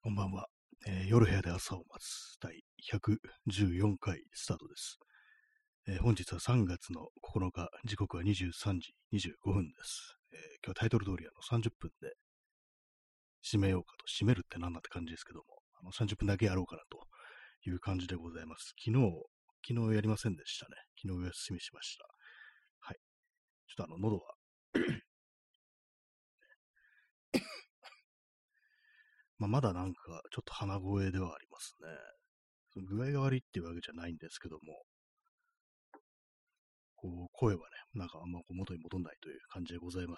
こんばんは。夜部屋で朝を待つ第114回スタートです。本日は3月の9日、時刻は23時25分です。今日はタイトル通り30分で締めようかと、締めるって何だって感じですけども、30分だけやろうかなという感じでございます。昨日やりませんでしたね。昨日お休みしました。はい。ちょっと喉はまだなんかちょっと鼻声ではありますね。その具合が悪いっていうわけじゃないんですけども、声はね、なんかあんま元に戻んないという感じでございます。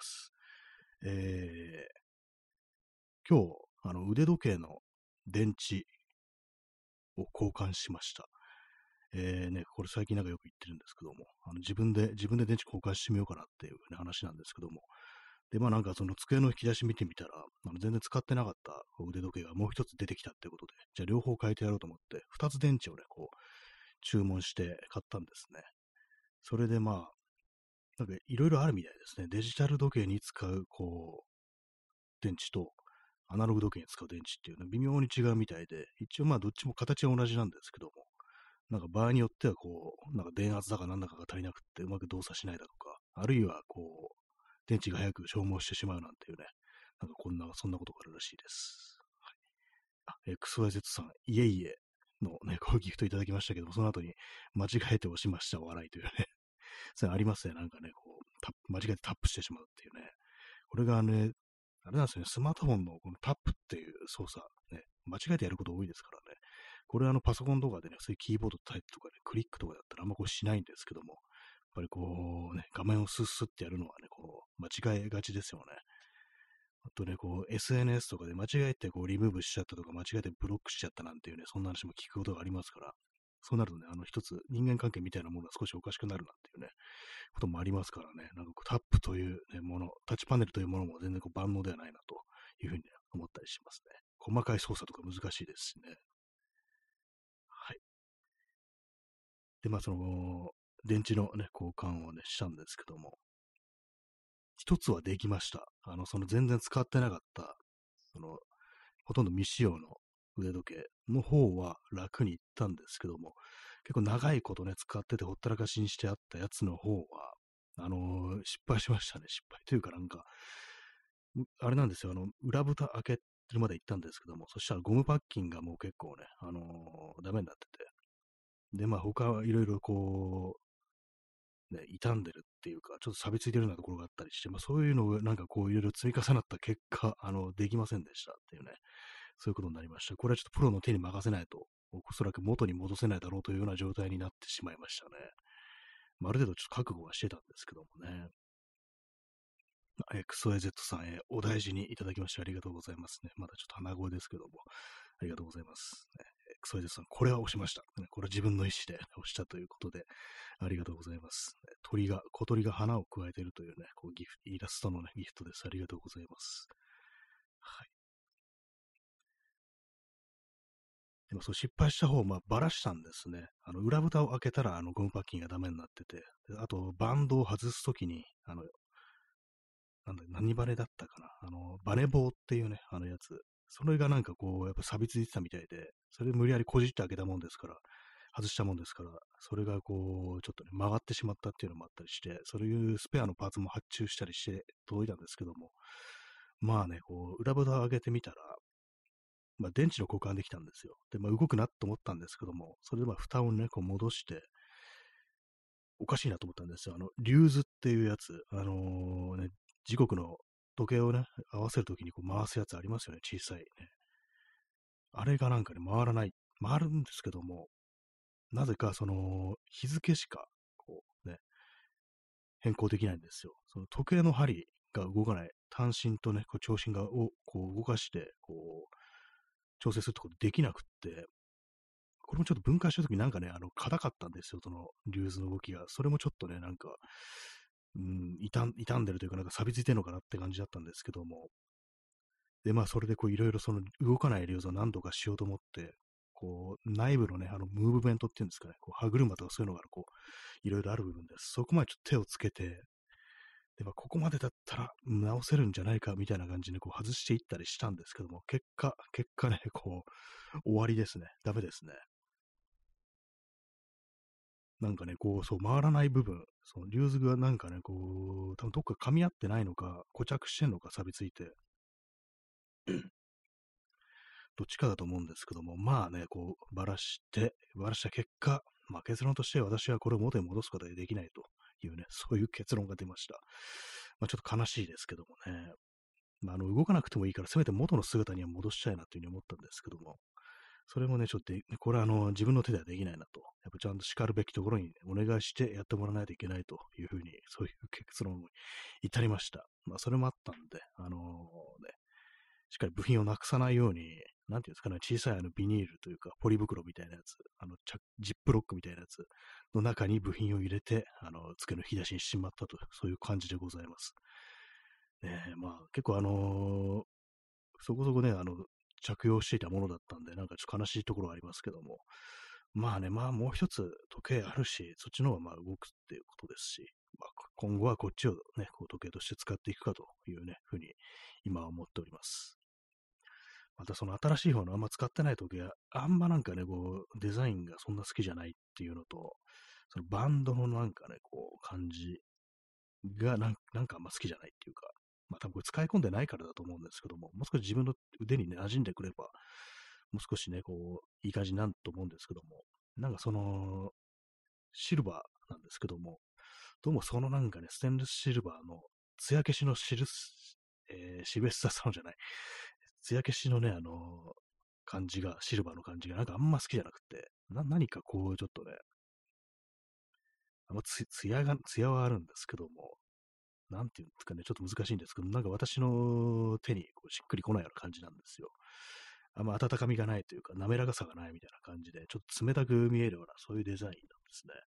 今日、腕時計の電池を交換しました。これ最近なんかよく言ってるんですけども、自分で電池交換してみようかなっていう、ね、話なんですけども、で、なんかその机の引き出し見てみたら、全然使ってなかった腕時計がもう一つ出てきたっていうことで、じゃあ両方変えてやろうと思って、二つ電池をね、注文して買ったんですね。それでなんかいろいろあるみたいですね。デジタル時計に使う、電池と、アナログ時計に使う電池っていうのは微妙に違うみたいで、一応どっちも形は同じなんですけども、なんか場合によってはなんか電圧だかなんだかが足りなくってうまく動作しないだとか、あるいは電池が早く消耗してしまうなんていうね、なんかそんなことがあるらしいです。XYZ さん、いえいえのね、ギフトいただきましたけども、その後に間違えて押しました、笑いというね、それありますね、なんかね、間違えてタップしてしまうっていうね。これがね、あれなんですよね、スマートフォンのこのタップっていう操作、ね、間違えてやること多いですからね。これパソコンとかでね、そういうキーボードタイプとかでクリックとかだったらあんましないんですけども、やっぱり画面をスッスッってやるのはね、間違えがちですよね。あとね、SNS とかで間違えてリムーブしちゃったとか、間違えてブロックしちゃったなんていうね、そんな話も聞くことがありますから、そうなるとね、一つ人間関係みたいなものが少しおかしくなるなんていうね、こともありますからね、なんかタップという、ね、タッチパネルというものも全然万能ではないなというふうに、ね、思ったりしますね。細かい操作とか難しいですしね。はい。で、電池のね、交換をね、したんですけども、一つはできました。全然使ってなかった、ほとんど未使用の腕時計の方は楽にいったんですけども、結構長いことね、使っててほったらかしにしてあったやつの方は、失敗しましたね。失敗というかなんか、あれなんですよ、裏蓋開けるまで行ったんですけども、そしたらゴムパッキンがもう結構ね、ダメになってて、で、他はいろいろね、傷んでるっていうか、ちょっと錆びついてるようなところがあったりして、そういうのをなんかいろいろ積み重なった結果、できませんでしたっていうね、そういうことになりました。これはちょっとプロの手に任せないと、おそらく元に戻せないだろうというような状態になってしまいましたね。ある程度ちょっと覚悟はしてたんですけどもね。XYZ さんへお大事にいただきましてありがとうございますね。まだちょっと鼻声ですけども、ありがとうございます。XYZ さん、これは押しました。これは自分の意思で押したということで、ありがとうございます。小鳥が花を加えているというね、イラストのね、ギフトです。ありがとうございます。はい。でも失敗した方をばらしたんですね。裏蓋を開けたらゴムパッキンがダメになってて、であとバンドを外すときに、何バネだったかな。バネ棒っていうね、やつ。それがなんかやっぱ錆びついてたみたいで、それ無理やりこじって開けたもんですから、外したもんですから、それがちょっとね、曲がってしまったっていうのもあったりして、そういうスペアのパーツも発注したりして届いたんですけども、裏蓋を開けてみたら、電池の交換できたんですよ。で、動くなと思ったんですけども、それで蓋をね、戻して、おかしいなと思ったんですよ。リューズっていうやつ、時刻の時計をね、合わせるときに回すやつありますよね、小さいね。あれがなんかね、回るんですけども、なぜか日付しか、変更できないんですよ。その時計の針が動かない、単針とね、長針を動かして、調整するってことできなくって、これもちょっと分解したときなんかね、硬かったんですよ、そのリューズの動きが。それもちょっとね、なんか、傷んでるというか、なんか錆びついてるのかなって感じだったんですけども。で、それでいろいろその動かないリューズを何度かしようと思って、内部のね、ムーブメントっていうんですかね、歯車とかそういうのがいろいろある部分です。そこまでちょっと手をつけて、 で、ここまでだったら直せるんじゃないかみたいな感じでこう外していったりしたんですけども、結果ね、こう、終わりですね。ダメですね。なんかね、こう、そう、回らない部分、そのリューズがなんかね、こう、多分どっか噛み合ってないのか、固着してんのか錆びついて、どっちかだと思うんですけども、まあね、こう、ばらした結果、まあ結論として私はこれを元に戻すことができないというね、そういう結論が出ました。まあちょっと悲しいですけどもね。まあ動かなくてもいいから、せめて元の姿には戻したいなというふうに思ったんですけども、それもね、ちょっとこれは自分の手ではできないなと。やっぱちゃんと叱るべきところに、ね、お願いしてやってもらわないといけないというふうに、そういう結論に至りました。まあ、それもあったんで、しっかり部品をなくさないように、なんていうんですかね、小さいビニールというか、ポリ袋みたいなやつ、ジップロックみたいなやつの中に部品を入れて、机の引き出しにしまったと、そういう感じでございます。ねえ、まあ、結構そこそこね、着用していたものだったんで、なんかちょっと悲しいところはありますけども、まあね、まあもう一つ時計あるし、そっちの方がまあ動くっていうことですし、まあ、今後はこっちをね、こう時計として使っていくかというね、ふうに今は思っております。またその新しい方のあんま使ってない時計、あんまなんかね、こう、デザインがそんな好きじゃないっていうのと、そのバンドのなんかね、こう、感じがなんかあんま好きじゃないっていうか、まあ多分これ使い込んでないからだと思うんですけども、もう少し自分の腕にね、馴染んでくれば、もう少しね、こう、いい感じになると思うんですけども、なんかその、シルバーなんですけども、どうもそのなんかね、ステンレスシルバーの艶消しのシルベスタさんじゃない、艶消しのね、感じが、シルバーの感じがなんかあんま好きじゃなくて、何かこう、ちょっとね、艶はあるんですけども、なんていうんですかね、ちょっと難しいんですけど、なんか私の手にこうしっくりこないような感じなんですよ。あんま温かみがないというか、滑らかさがないみたいな感じで、ちょっと冷たく見えるような、そういうデザインなんですね。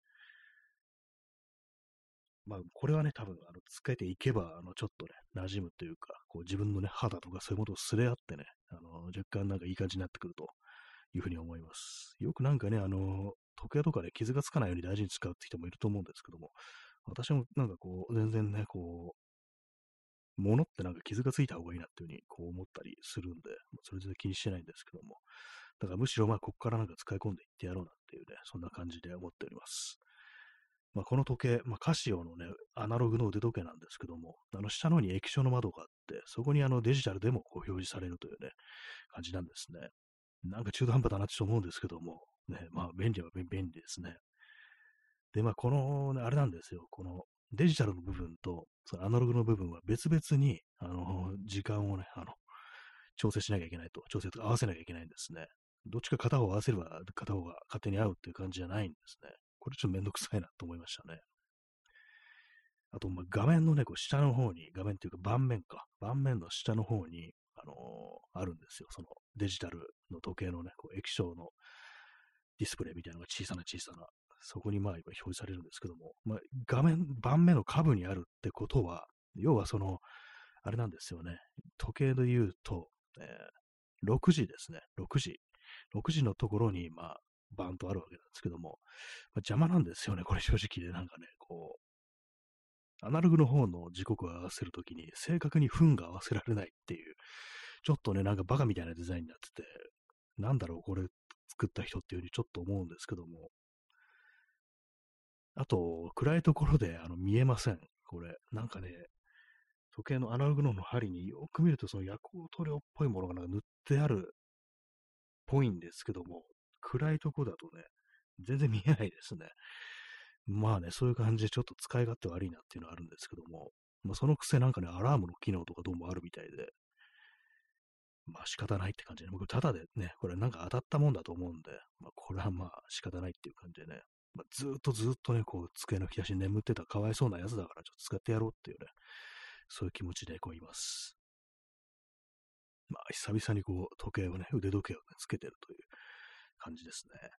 まあ、これはね、多分、つけていけば、ちょっとね、馴染むというか、こう、自分のね、肌とかそういうものをすれ合ってね、若干なんかいい感じになってくるというふうに思います。よくなんかね、時計とかで傷がつかないように大事に使うって人もいると思うんですけども、私もなんかこう、全然ね、こう、物ってなんか傷がついた方がいいなっていうふうにこう思ったりするんで、それ全然気にしてないんですけども、だからむしろまあ、ここからなんか使い込んでいってやろうなっていうね、そんな感じで思っております。まあ、この時計、まあ、カシオのね、アナログの腕時計なんですけども、下の方に液晶の窓があって、そこにデジタルでもこう表示されるというね、感じなんですね。なんか中途半端だなって思うんですけども、ね、まあ便利は便利ですね。で、まあこの、ね、あれなんですよ、このデジタルの部分と、そのアナログの部分は別々に、時間をね、調整しなきゃいけないと、調整とか合わせなきゃいけないんですね。どっちか片方合わせれば片方が勝手に合うっていう感じじゃないんですね。これちょっとめんどくさいなと思いましたね。あと、まあ、画面のね、こう下の方に、画面っていうか盤面か、盤面の下の方に、あるんですよ。そのデジタルの時計のね、こう液晶のディスプレイみたいなのが小さな、そこにまあ今表示されるんですけども、まあ、盤面の下部にあるってことは、要はその、あれなんですよね。時計で言うと、6時ですね。6時。6時のところに、まあ、バーンとあるわけなんですけども、まあ、邪魔なんですよね。これ正直でなんかね、こう、アナログの方の時刻を合わせるときに正確に分が合わせられないっていう、ちょっとね、なんかバカみたいなデザインになってて、なんだろう、これ作った人っていうふうにちょっと思うんですけども、あと、暗いところで見えません。これ、なんかね、時計のアナログの針によく見ると、その夜光塗料っぽいものがなんか塗ってあるっぽいんですけども、暗いところだとね、全然見えないですね。まあね、そういう感じでちょっと使い勝手悪いなっていうのはあるんですけども、まあ、そのくせなんかね、アラームの機能とかどうもあるみたいで、まあ仕方ないって感じで、僕ただでね、これなんか当たったもんだと思うんで、まあこれはまあ仕方ないっていう感じでね、まあ、ずーっとね、こう机の引き出しに眠ってたかわいそうなやつだからちょっと使ってやろうっていうね、そういう気持ちでこういます。まあ久々にこう時計をね、腕時計をね、つけてるという感じですね。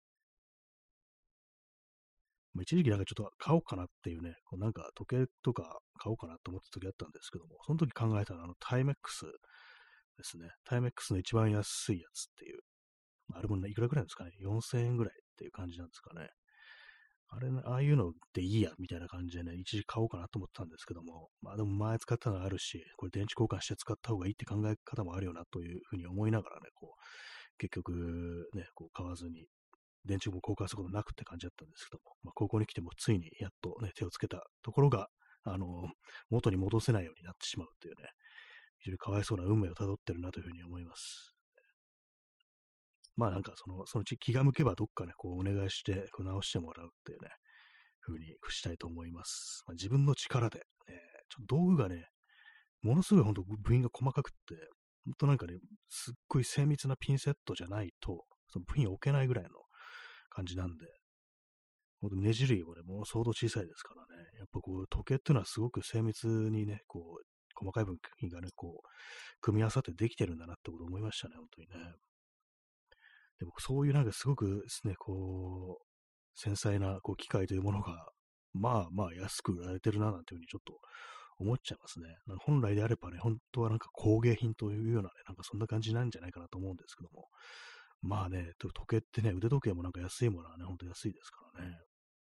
まあ、一時期なんかちょっと買おうかなっていうね、こうなんか時計とか買おうかなと思った時あったんですけども、その時考えたのはタイメックスですね。タイメックスの一番安いやつっていう、まあれもね、いくらぐらいですかね。4000円ぐらいっていう感じなんですかね。 あれね、ああいうのでいいや、みたいな感じでね、一時買おうかなと思ったんですけども、まあでも前使ったのあるし、これ電池交換して使った方がいいって考え方もあるよなというふうに思いながらね、結局ね、買わずに、電池も交換することなくって感じだったんですけども、まあ、高校に来てもついにやっとね、手をつけたところが、あの、元に戻せないようになってしまうっていうね、非常にかわいそうな運命をたどってるなというふうに思います。まあなんかそのうち気が向けばどっかね、お願いして、直してもらうっていうね、風にしたいと思います。まあ、自分の力で、ちょっと道具がね、ものすごい本当部品が細かくって、本当なんかね、すっごい精密なピンセットじゃないと、その部品置けないぐらいの感じなんで、ほんとねじりもね、もう相当小さいですからね、やっぱ時計っていうのはすごく精密にね、細かい部品がね、組み合わさってできてるんだなってことを思いましたね、本当にね。でもそういうなんかすごくですね、繊細な機械というものが、まあまあ安く売られてるななんていうふうにちょっと思っちゃいますね。なんか本来であればね、本当はなんか工芸品というようなね、なんかそんな感じなんじゃないかなと思うんですけども。まあね、時計ってね、腕時計もなんか安いものはね、ほんと安いですからね。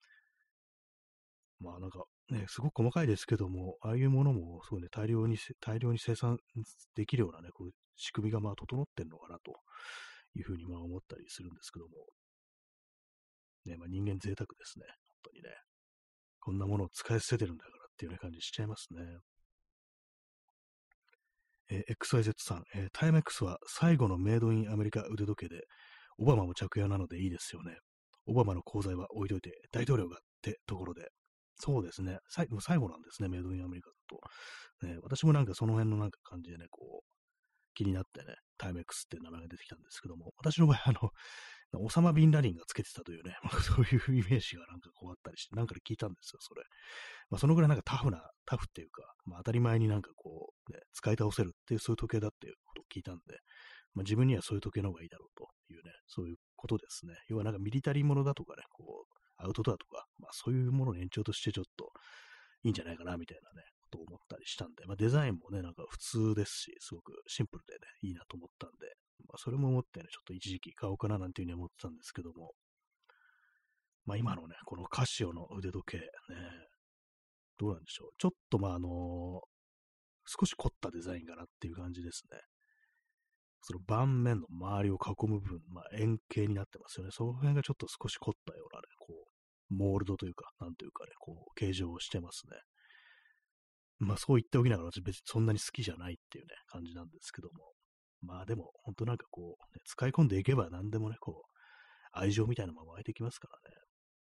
まあなんかね、すごく細かいですけども、ああいうものもそうね、大量に生産できるようなね、仕組みがまあ整ってんのかなというふうにまあ思ったりするんですけども、ね、まあ人間贅沢ですね。本当にね。こんなものを使い捨ててるんだからっていうような感じしちゃいますね。XYZ さん、タイメックスは最後のメイドインアメリカ腕時計で、オバマも着用なのでいいですよね。オバマの功罪は置いといて、大統領がってところで。そうですね。最後なんですね、メイドインアメリカだと。ね、私もなんかその辺のなんか感じでね、気になってね、タイメックスっていう名前が出てきたんですけども、私の場合、オサマ・ビンラディンがつけてたというね、まあ、そういうイメージがなんかあったりして、なんかで聞いたんですよ、それ。まあ、そのぐらいなんかタフっていうか、まあ、当たり前になんか使い倒せるっていう、そういう時計だっていうことを聞いたんで、まあ、自分にはそういう時計の方がいいだろうというね、そういうことですね。要はなんかミリタリーものだとかね、アウトドアとか、まあそういうものの延長としてちょっといいんじゃないかなみたいなね、ことを思ったりしたんで、まあデザインもね、なんか普通ですし、すごくシンプルでね、いいなと思ったんで、まあそれも思ってね、ちょっと一時期買おうかななんていうふうに思ってたんですけども、まあ今のね、このカシオの腕時計ね、どうなんでしょう。ちょっと少し凝ったデザインかなっていう感じですね。その盤面の周りを囲む部分、まあ、円形になってますよね。その辺がちょっと少し凝ったようなね、モールドというか、なんというかね、形状をしてますね。まあ、そう言っておきながら、私別にそんなに好きじゃないっていうね、感じなんですけども。まあでも、本当なんか使い込んでいけば何でもね、愛情みたいなものが湧いてきますからね。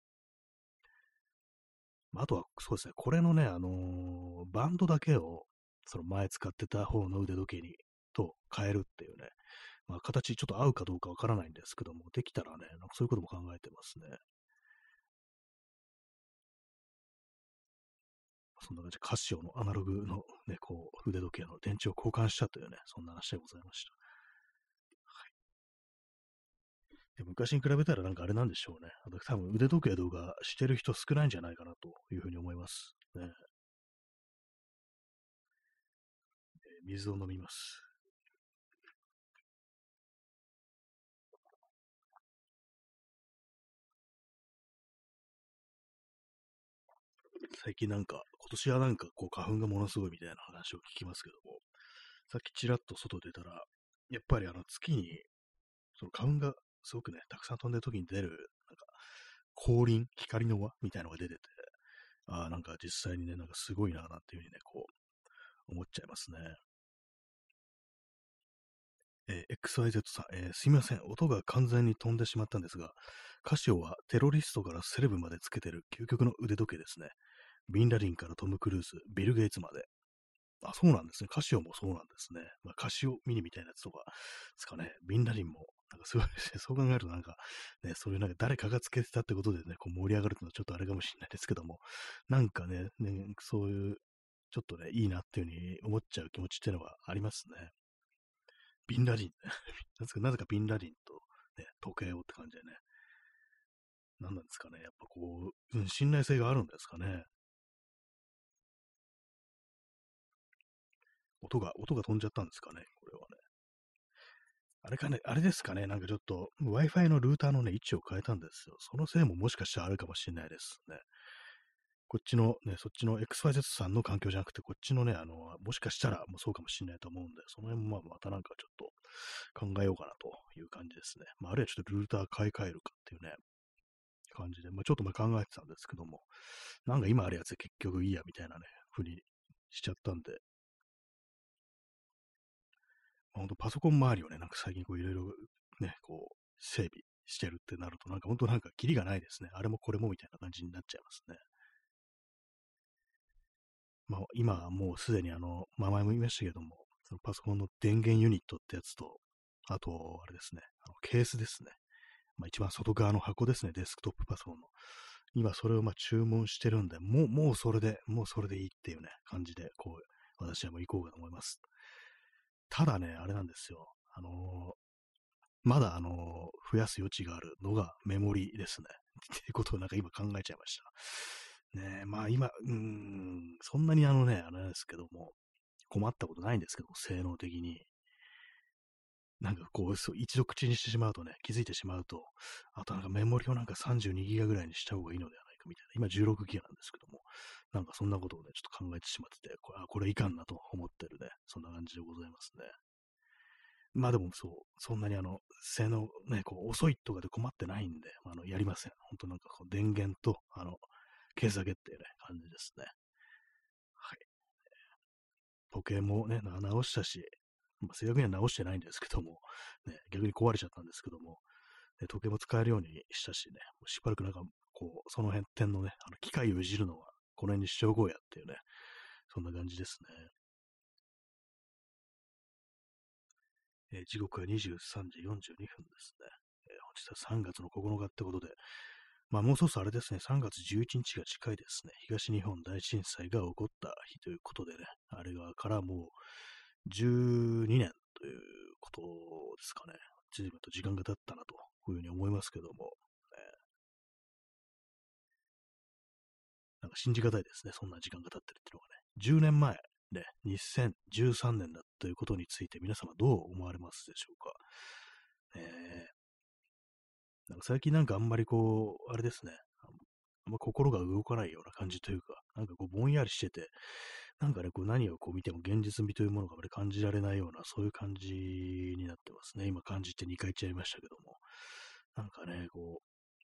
まあ、あとは、そうですね、これのね、バンドだけを、その前使ってた方の腕時計と変えるっていうね、まあ、形ちょっと合うかどうかわからないんですけども、できたらね、なんかそういうことも考えてますね。そんな感じで、カシオのアナログのね、腕時計の電池を交換したというね、そんな話でございました。で昔に比べたらなんかあれなんでしょうね。あと多分腕時計とかしてる人少ないんじゃないかなというふうに思います。ね、水を飲みます。最近なんか、今年はなんか花粉がものすごいみたいな話を聞きますけども、さっきちらっと外出たら、やっぱり月にその花粉がすごくね、たくさん飛んでる時に出る、なんか、光輪、光の輪みたいなのが出てて、ああ、なんか実際にね、なんかすごいな、なんていうふうにね、思っちゃいますね。XYZ さん、すみません。音が完全に飛んでしまったんですが、カシオはテロリストからセレブまでつけてる究極の腕時計ですね。ビンラディンからトム・クルーズ、ビル・ゲイツまで。あ、そうなんですね。カシオもそうなんですね。まあ、カシオミニみたいなやつとかですかね。ビンラディンも、なんかすごいですね。そう考えるとなんか、ね、そういうなんか誰かがつけてたってことでね、盛り上がるっていうのはちょっとあれかもしれないですけども、なんかね、そういう、ちょっとね、いいなっていうふうに思っちゃう気持ちっていうのはありますね。ビンラディン、なぜかビンラディンと、ね、時計をって感じでね、何なんですかね。やっぱ信頼性があるんですかね。音が飛んじゃったんですかね。これはね。 あれかね、あれですかね、なんかちょっと Wi-Fi のルーターのね、位置を変えたんですよ。そのせいももしかしたらあるかもしれないですね。こっちのね、そっちの XYZ さんの環境じゃなくて、こっちのね、もしかしたらもうそうかもしれないと思うんで、その辺もまあまたなんかちょっと考えようかなという感じですね。まあ、あるいはちょっとルーター買い替えるかっていうね、感じで、まあ、ちょっとまあ考えてたんですけども、なんか今あるやつで結局いいやみたいなね、風にしちゃったんで、ほんとパソコン周りをね、なんか最近こういろいろね、こう整備してるってなると、なんか本当なんかキリがないですね。あれもこれもみたいな感じになっちゃいますね。まあ今はもうすでにまあ前も言いましたけども、そのパソコンの電源ユニットってやつと、あと、あれですね、ケースですね。まあ一番外側の箱ですね、デスクトップパソコンの。今それをまあ注文してるんで、もうそれでいいっていうね、感じで、こう、私はもう行こうかと思います。ただね、あれなんですよ。まだ増やす余地があるのがメモリですね。っていうことをなんか今考えちゃいました。ねえ、まあ今、そんなにあれなんですけども、困ったことないんですけども、性能的に。なんかこう、そう一度口にしてしまうとね、気づいてしまうと、あとなんかメモリをなんか32ギガぐらいにした方がいいのではないかみたいな。今16ギガなんですけども、なんかそんなことをね、ちょっと考えてしまってて、これいかんなと思ってるね、そんな感じでございますね。まあでもそう、そんなに性能ね、こう遅いとかで困ってないんで、やりません。本当なんかこう電源と、ケースだけっていうね、感じですね。はい。時計もね、直したし、まあ、正確には直してないんですけども、ね、逆に壊れちゃったんですけども、ね、時計も使えるようにしたしね、もうしばらくなんか、こう、その辺点のね、機械をいじるのは、この辺にしておこうやっていうね、そんな感じですね。時刻は23時42分ですね。本日は3月の9日ってことで、まあもうそろそろあれですね、3月11日が近いですね。東日本大震災が起こった日ということでね、あれがからもう12年ということですかね。随分と時間が経ったなというふうに思いますけども、なんか信じがたいですね。そんな時間が経ってるっていうのがね。10年前、ね、2013年だということについて皆様どう思われますでしょうか。なんか最近なんかあんまりこう、あれですね。あんま心が動かないような感じというか、なんかこうぼんやりしてて、なんかね、こう何をこう見ても現実味というものがあまり感じられないような、そういう感じになってますね。今感じて2回言っちゃいましたけども。なんかね、こう、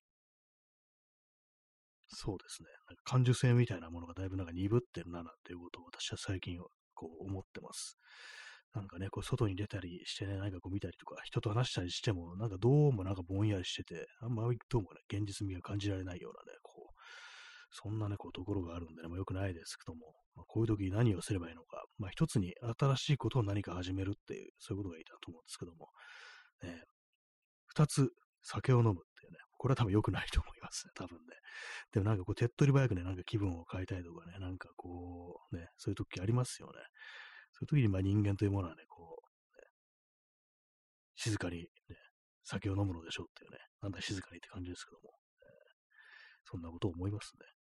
そうですね。なんか感受性みたいなものがだいぶなんか鈍ってるな、なんていうことを私は最近こう思ってます。なんかね、こう外に出たりしてね、何かこう見たりとか、人と話したりしても、なんかどうもなんかぼんやりしてて、あんまりどうもね、現実味が感じられないようなね、こう、そんなね、こう、ところがあるんでね、良くないですけども、こういう時に何をすればいいのか、一つに新しいことを何か始めるっていう、そういうことがいいなと思うんですけども、ね、二つ酒を飲むっていうね、これは多分良くないと思いますね、多分ね。でもなんかこう、手っ取り早くね、なんか気分を変えたいとかね、なんかこう、ね、そういう時ありますよね。そういう時に人間というものはね、こう、静かにね、酒を飲むのでしょうっていうね、なんだ静かにって感じですけども、そんなことを思いますね。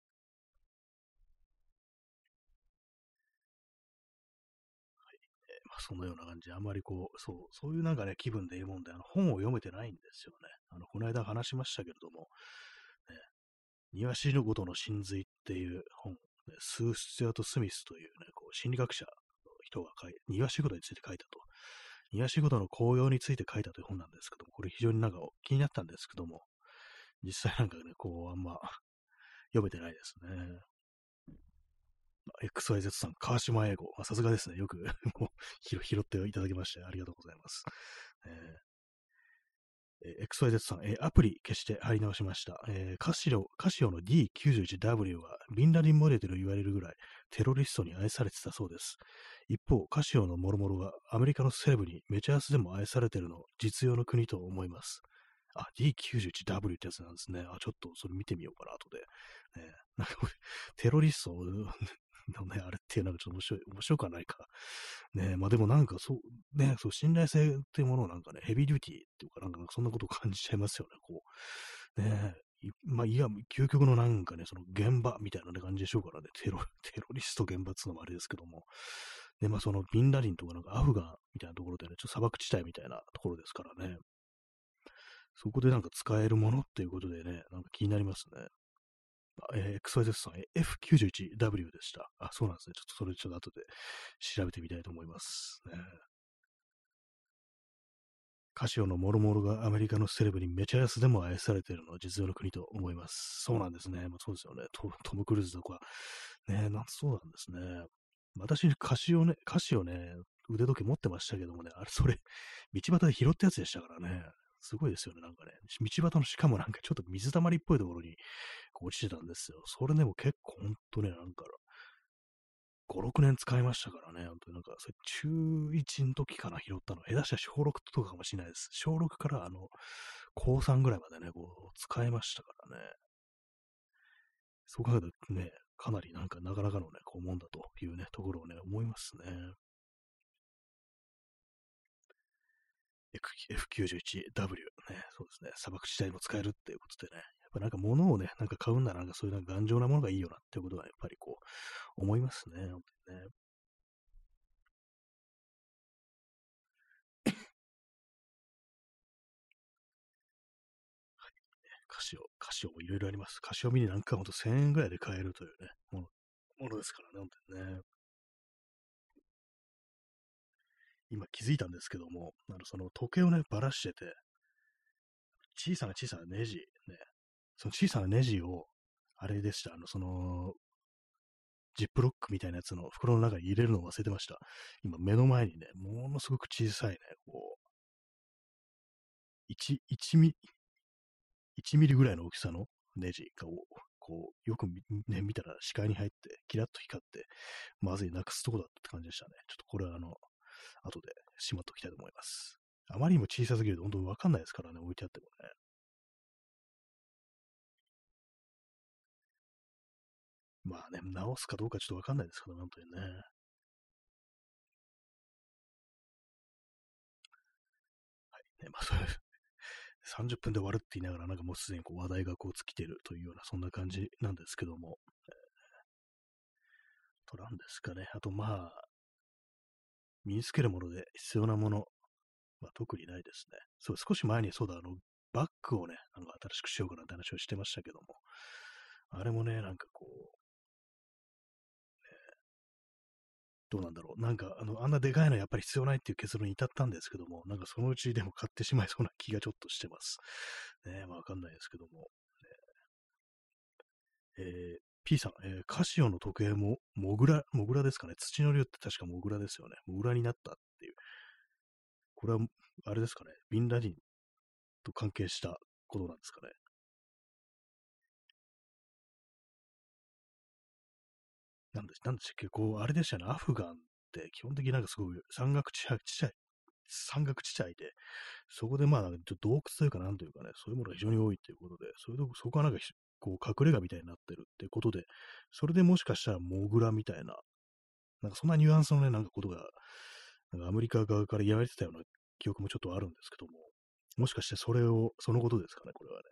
そのような感じで、あまりこう、そういうなんかね、気分でいるもんで、本を読めてないんですよね。この間話しましたけれども、ね、庭師のごとの真髄っていう本、ね、スー・スチュアート・スミスというね、こう心理学者の人が庭仕事について書いたと。庭仕事の効用について書いたという本なんですけども、これ非常になんか気になったんですけども、実際なんかね、こう、あんま読めてないですね。XYZ さん、川島英語。さすがですね。よくもう拾っていただきまして、ありがとうございます。XYZ さん、アプリ消して貼り直しました。カシオの D91W は、ビンラディンモデルと言われるぐらい、テロリストに愛されてたそうです。一方、カシオのモロモロは、アメリカのセレブにめちゃ安でも愛されてるの、実用の国と思います。あ、D91W ってやつなんですね。ちょっとそれ見てみようかな、後で。なんかテロリストのね、あれっていうなんかちょっと面白くはないか。ね、でもなんかそう、信頼性っていうものをなんかね、ヘビーデューティーっていうか、なんかそんなことを感じちゃいますよね、こう。ねいや、究極のなんかね、その現場みたいな、ね、感じでしょうからね、テロリスト現場っつうのもあれですけども、 で、まあそのビンラディンとかなんかアフガンみたいなところでね、ちょっと砂漠地帯みたいなところですからね。そこでなんか使えるものっていうことでね、なんか気になりますね。XYZ さん、F91W でした。あ、そうなんですね。ちょっとそれちょっと後で調べてみたいと思います。ね、カシオのモロモロがアメリカのセレブにめちゃ安でも愛されているのは実用の国と思います。そうなんですね。まあ、そうですよね。トム・クルーズとか。ね、そうなんですね。私、カシオね、腕時計持ってましたけどもね、あれ、それ、道端で拾ったやつでしたからね。すごいですよね、なんかね。道端のしかもなんかちょっと水たまりっぽいところにこう落ちてたんですよ。それでも結構ほんとね、なんか5、6年使いましたからね。ほんとになんか、それ中1の時かな、拾ったの。下手したら小6とかかもしれないです。小6から高3ぐらいまでね、こう、使いましたからね。そう考えるとね、かなりなんかなかなかのね、こうもんだというね、ところをね、思いますね。F91W ね、そうですね、砂漠地帯も使えるっていうことでね、やっぱなんか物をね、なんか買うんならなんかそういうなんか頑丈なものがいいよなっていうことはやっぱりこう思いますね、本当にね。カシオもいろいろあります。カシオミニなんかほんと1000円ぐらいで買えるというね、ものですからね、本当にね。今気づいたんですけども、その時計をね、ばらしてて、小さなネジ、ね、その小さなネジを、あれでした、ジップロックみたいなやつの袋の中に入れるのを忘れてました。今目の前にね、ものすごく小さいね、こう、1ミリ、1ミリぐらいの大きさのネジが、こう、よくね、見たら視界に入って、キラッと光って、まずい、なくすとこだったって感じでしたね。ちょっとこれは後でしまっておきたいと思います。あまりにも小さすぎると本当にわかんないですからね、置いてあってもね。まあね、直すかどうかちょっとわかんないですけど、本当にね。ね、まあそういう30分で終わるって言いながら、なんかもうすでにこう話題がこう尽きてるというような、そんな感じなんですけども、となんですかね。あとまあ、身につけるもので必要なもの、まあ特にないですね。そう、少し前にそうだ、バッグをね、なんか新しくしようかなって話をしてましたけども、あれもね、なんかこう、どうなんだろう。なんか、あんなでかいのやっぱり必要ないっていう結論に至ったんですけども、なんかそのうちでも買ってしまいそうな気がちょっとしてます。ね、まあわかんないですけども。P さん、カシオの時計も、モグラですかね。土の竜って確かモグラですよね。モグラになったっていう。これは、あれですかね。ビンラディンと関係したことなんですかね。なんでしたっけ、こう、あれでしたね。アフガンって基本的になんかすごい山岳地帯で、そこでまあ、なんかちょっと洞窟というかなんというかね、そういうものが非常に多いということで、そこはなんかこう隠れ家みたいになってるってことで、それでもしかしたらモグラみたいな、なんかそんなニュアンスのね、なんかことが、なんかアメリカ側から言われてたような記憶もちょっとあるんですけども、もしかしてそのことですかね、これはね。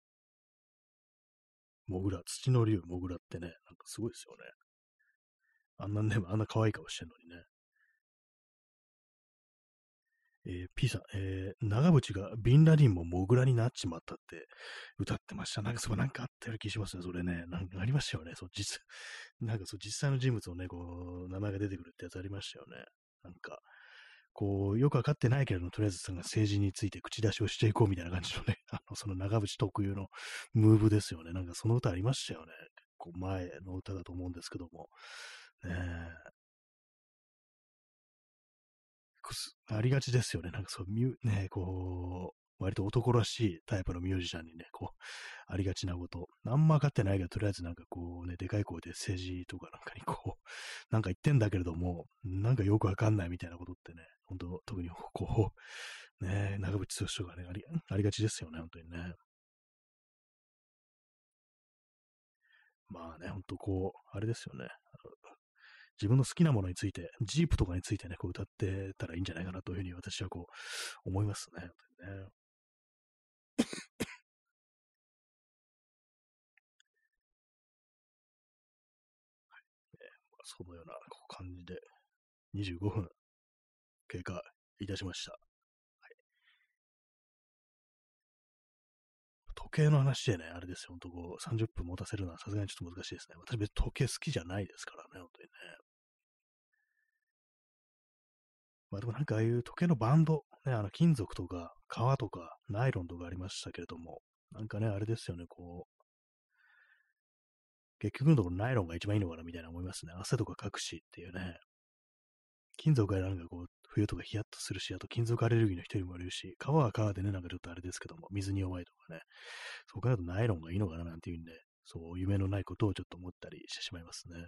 モグラ、土の竜、モグラってね、なんかすごいですよね。あんな可愛い顔してんのにね。P さん、長渕がビンラディンもモグラになっちまったって歌ってました。なんかなんかあったような気しますね、それね。なんかありましたよね。なんか実際の人物のね、こう、名前が出てくるってやつありましたよね。なんか、こう、よくわかってないけれども、とりあえずその政治について口出しをしていこうみたいな感じのね、その長渕特有のムーブですよね。なんかその歌ありましたよね。結構前の歌だと思うんですけども。ねえ、ありがちですよね。なんかそう、ね、こう、割と男らしいタイプのミュージシャンにね、こう、ありがちなこと。あんま分かってないけど、とりあえずなんかこうね、でかい声で政治とかなんかにこう、なんか言ってんだけれども、なんかよくわかんないみたいなことってね、本当特にこう、ね、長渕剛とかね、ありがちですよね、本当にね。まあね、本当こう、あれですよね。自分の好きなものについて、ジープとかについてね、こう歌ってたらいいんじゃないかなというふうに私はこう思いますね。本当にね。そのようなこう感じで。 25分経過いたしました。時計の話でね、あれですよ、ほんとこう、30分持たせるのはさすがにちょっと難しいですね。私別に時計好きじゃないですからね、ほんとにね。まあでもなんかああいう時計のバンド、ね、金属とか革とかナイロンとかありましたけれども、なんかね、あれですよね、こう、結局のところナイロンが一番いいのかなみたいな思いますね。汗とかかくしっていうね。金属がなんかこう、冬とかヒヤッとするし、あと金属アレルギーの人もいるし、革は革でね、なんかちょっとあれですけども、水に弱いとかね、そう考えるとナイロンがいいのかななんていうんで、そう夢のないことをちょっと思ったりしてしまいますね。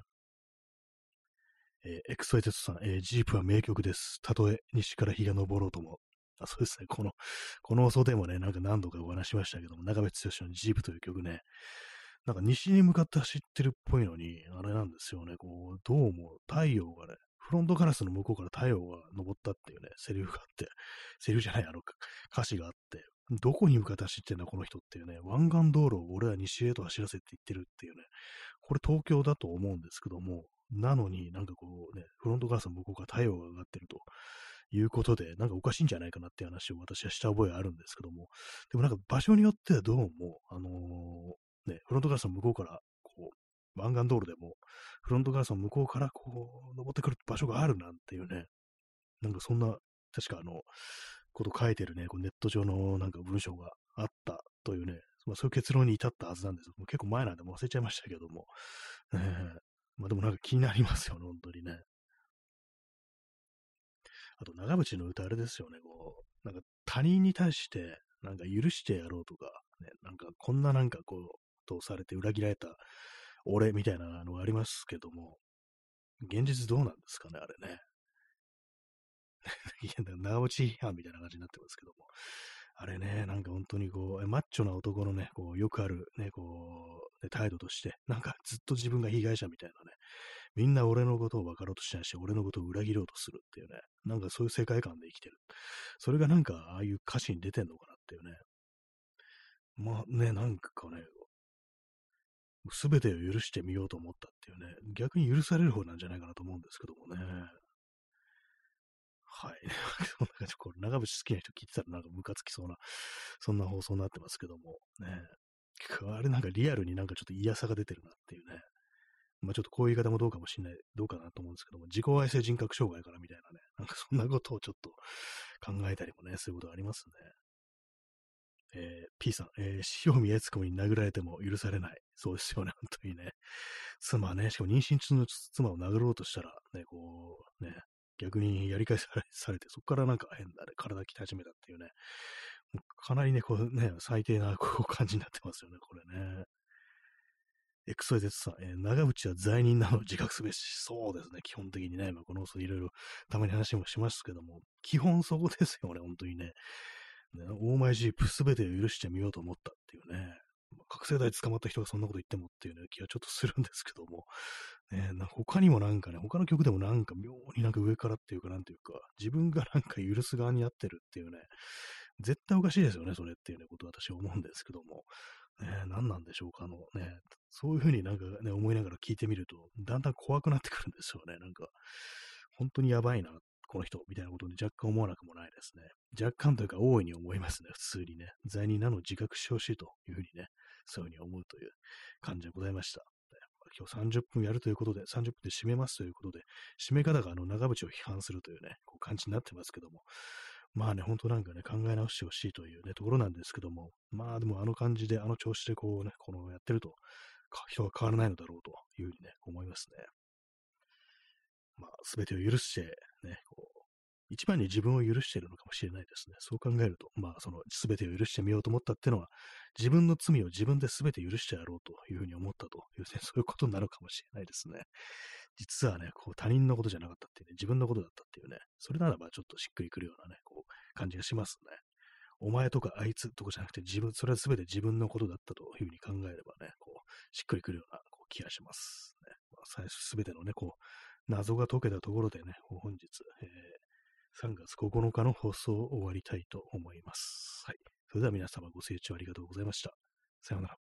エクソエテストさん、ジープは名曲です。たとえ西から日が昇ろうとも。あ、そうですね。この放送でもね、なんか何度かお話しましたけども、長渕剛のジープという曲ね、なんか西に向かって走ってるっぽいのに、あれなんですよね、こう、どうも太陽がね、フロントガラスの向こうから太陽が昇ったっていうね、セリフがあって、セリフじゃない、歌詞があって、どこに向かって走ってんだ、この人っていうね、湾岸道路を俺は西へと走らせていってるっていうね、これ東京だと思うんですけども、なのになんかこうね、フロントガラスの向こうから太陽が上がってるということで、なんかおかしいんじゃないかなっていう話を私はした覚えあるんですけども、でもなんか場所によってはどうも、ね、フロントガラスの向こうから、こう、湾岸道路でも、フロントガラスの向こうからこう、登ってくる場所があるなんていうね、なんかそんな、確かこと書いてるね、こうネット上のなんか文章があったというね、まあ、そういう結論に至ったはずなんですよ。もう結構前なんでもう忘れちゃいましたけども。まあでもなんか気になりますよね、本当にね。あと長渕の歌あれですよね、こう、なんか他人に対して、なんか許してやろうとか、ね、なんかこんななんかこう、とされて裏切られた俺みたいなのがありますけども、現実どうなんですかね、あれね。いや、長渕批判みたいな感じになってますけども。あれね、なんか本当にこう、マッチョな男のね、こう、よくあるね、こう、ね態度として、なんかずっと自分が被害者みたいなね、みんな俺のことを分かろうとしないし、俺のことを裏切ろうとするっていうね、なんかそういう世界観で生きてる。それがなんか、ああいう歌詞に出てんのかなっていうね。まあね、なんかね、すべてを許してみようと思ったっていうね、逆に許される方なんじゃないかなと思うんですけどもね。はい。そんな感じ、これ長渕好きな人聞いてたらなんかムカつきそうな、そんな放送になってますけども、ね。あれなんかリアルになんかちょっと嫌さが出てるなっていうね。まあちょっとこういう言い方もどうかもしんない、どうかなと思うんですけども、自己愛性人格障害からみたいなね、なんかそんなことをちょっと考えたりもね、そういうことがありますね。P さん、塩見悦子に殴られても許されない。そうですよね、本当にね。妻ね、しかも妊娠中の妻を殴ろうとしたら、ね、こう、ね、逆にやり返されて、そこからなんか変な、ね、体鍛え始めたっていうね、もうかなりね、こうね、最低なこう感じになってますよね、これね。XYZ さん、長渕は罪人なのを自覚すべし。そうですね、基本的にね、まあ、このいろいろたまに話もしますけども、基本そこですよね、本当にね。ね、オーマイジープすべてを許してみようと思ったっていうね。覚醒剤捕まった人がそんなこと言ってもっていうね、気がちょっとするんですけども、ね、他にもなんかね、他の曲でもなんか妙になんか上からっていうか、なんていうか、自分がなんか許す側になってるっていうね、絶対おかしいですよね、それっていうね、ことを私は思うんですけども、ね、何なんでしょうか、ね、そういうふうになんかね、思いながら聞いてみると、だんだん怖くなってくるんですよね、なんか、本当にやばいな、この人、みたいなことに若干思わなくもないですね。若干というか大いに思いますね、普通にね。罪人なのを自覚してほしいというふうにね、そういうふうに思うという感じでございました。今日30分やるということで、30分で締めますということで、締め方が長渕を批判するというね、こう感じになってますけども、まあね、本当なんかね、考え直してほしいというね、ところなんですけども、まあでもあの感じで、あの調子でこうね、このやってると、人は変わらないのだろうというふうにね、思いますね。まあ、すべてを許して、ね、こう、一番に自分を許しているのかもしれないですね。そう考えると、まあ、その、すべてを許してみようと思ったっていうのは、自分の罪を自分ですべて許してやろうというふうに思ったというね、そういうことになるかもしれないですね。実はね、こう、他人のことじゃなかったっていうね、自分のことだったっていうね、それならばちょっとしっくりくるようなね、こう、感じがしますね。お前とかあいつとかじゃなくて、それは全て自分のことだったというふうに考えればね、こう、しっくりくるようなこう気がします。ね、まあ、最初全てのね、こう、謎が解けたところでね、本日、3月9日の放送を終わりたいと思います。はい。それでは皆様ご清聴ありがとうございました。さようなら。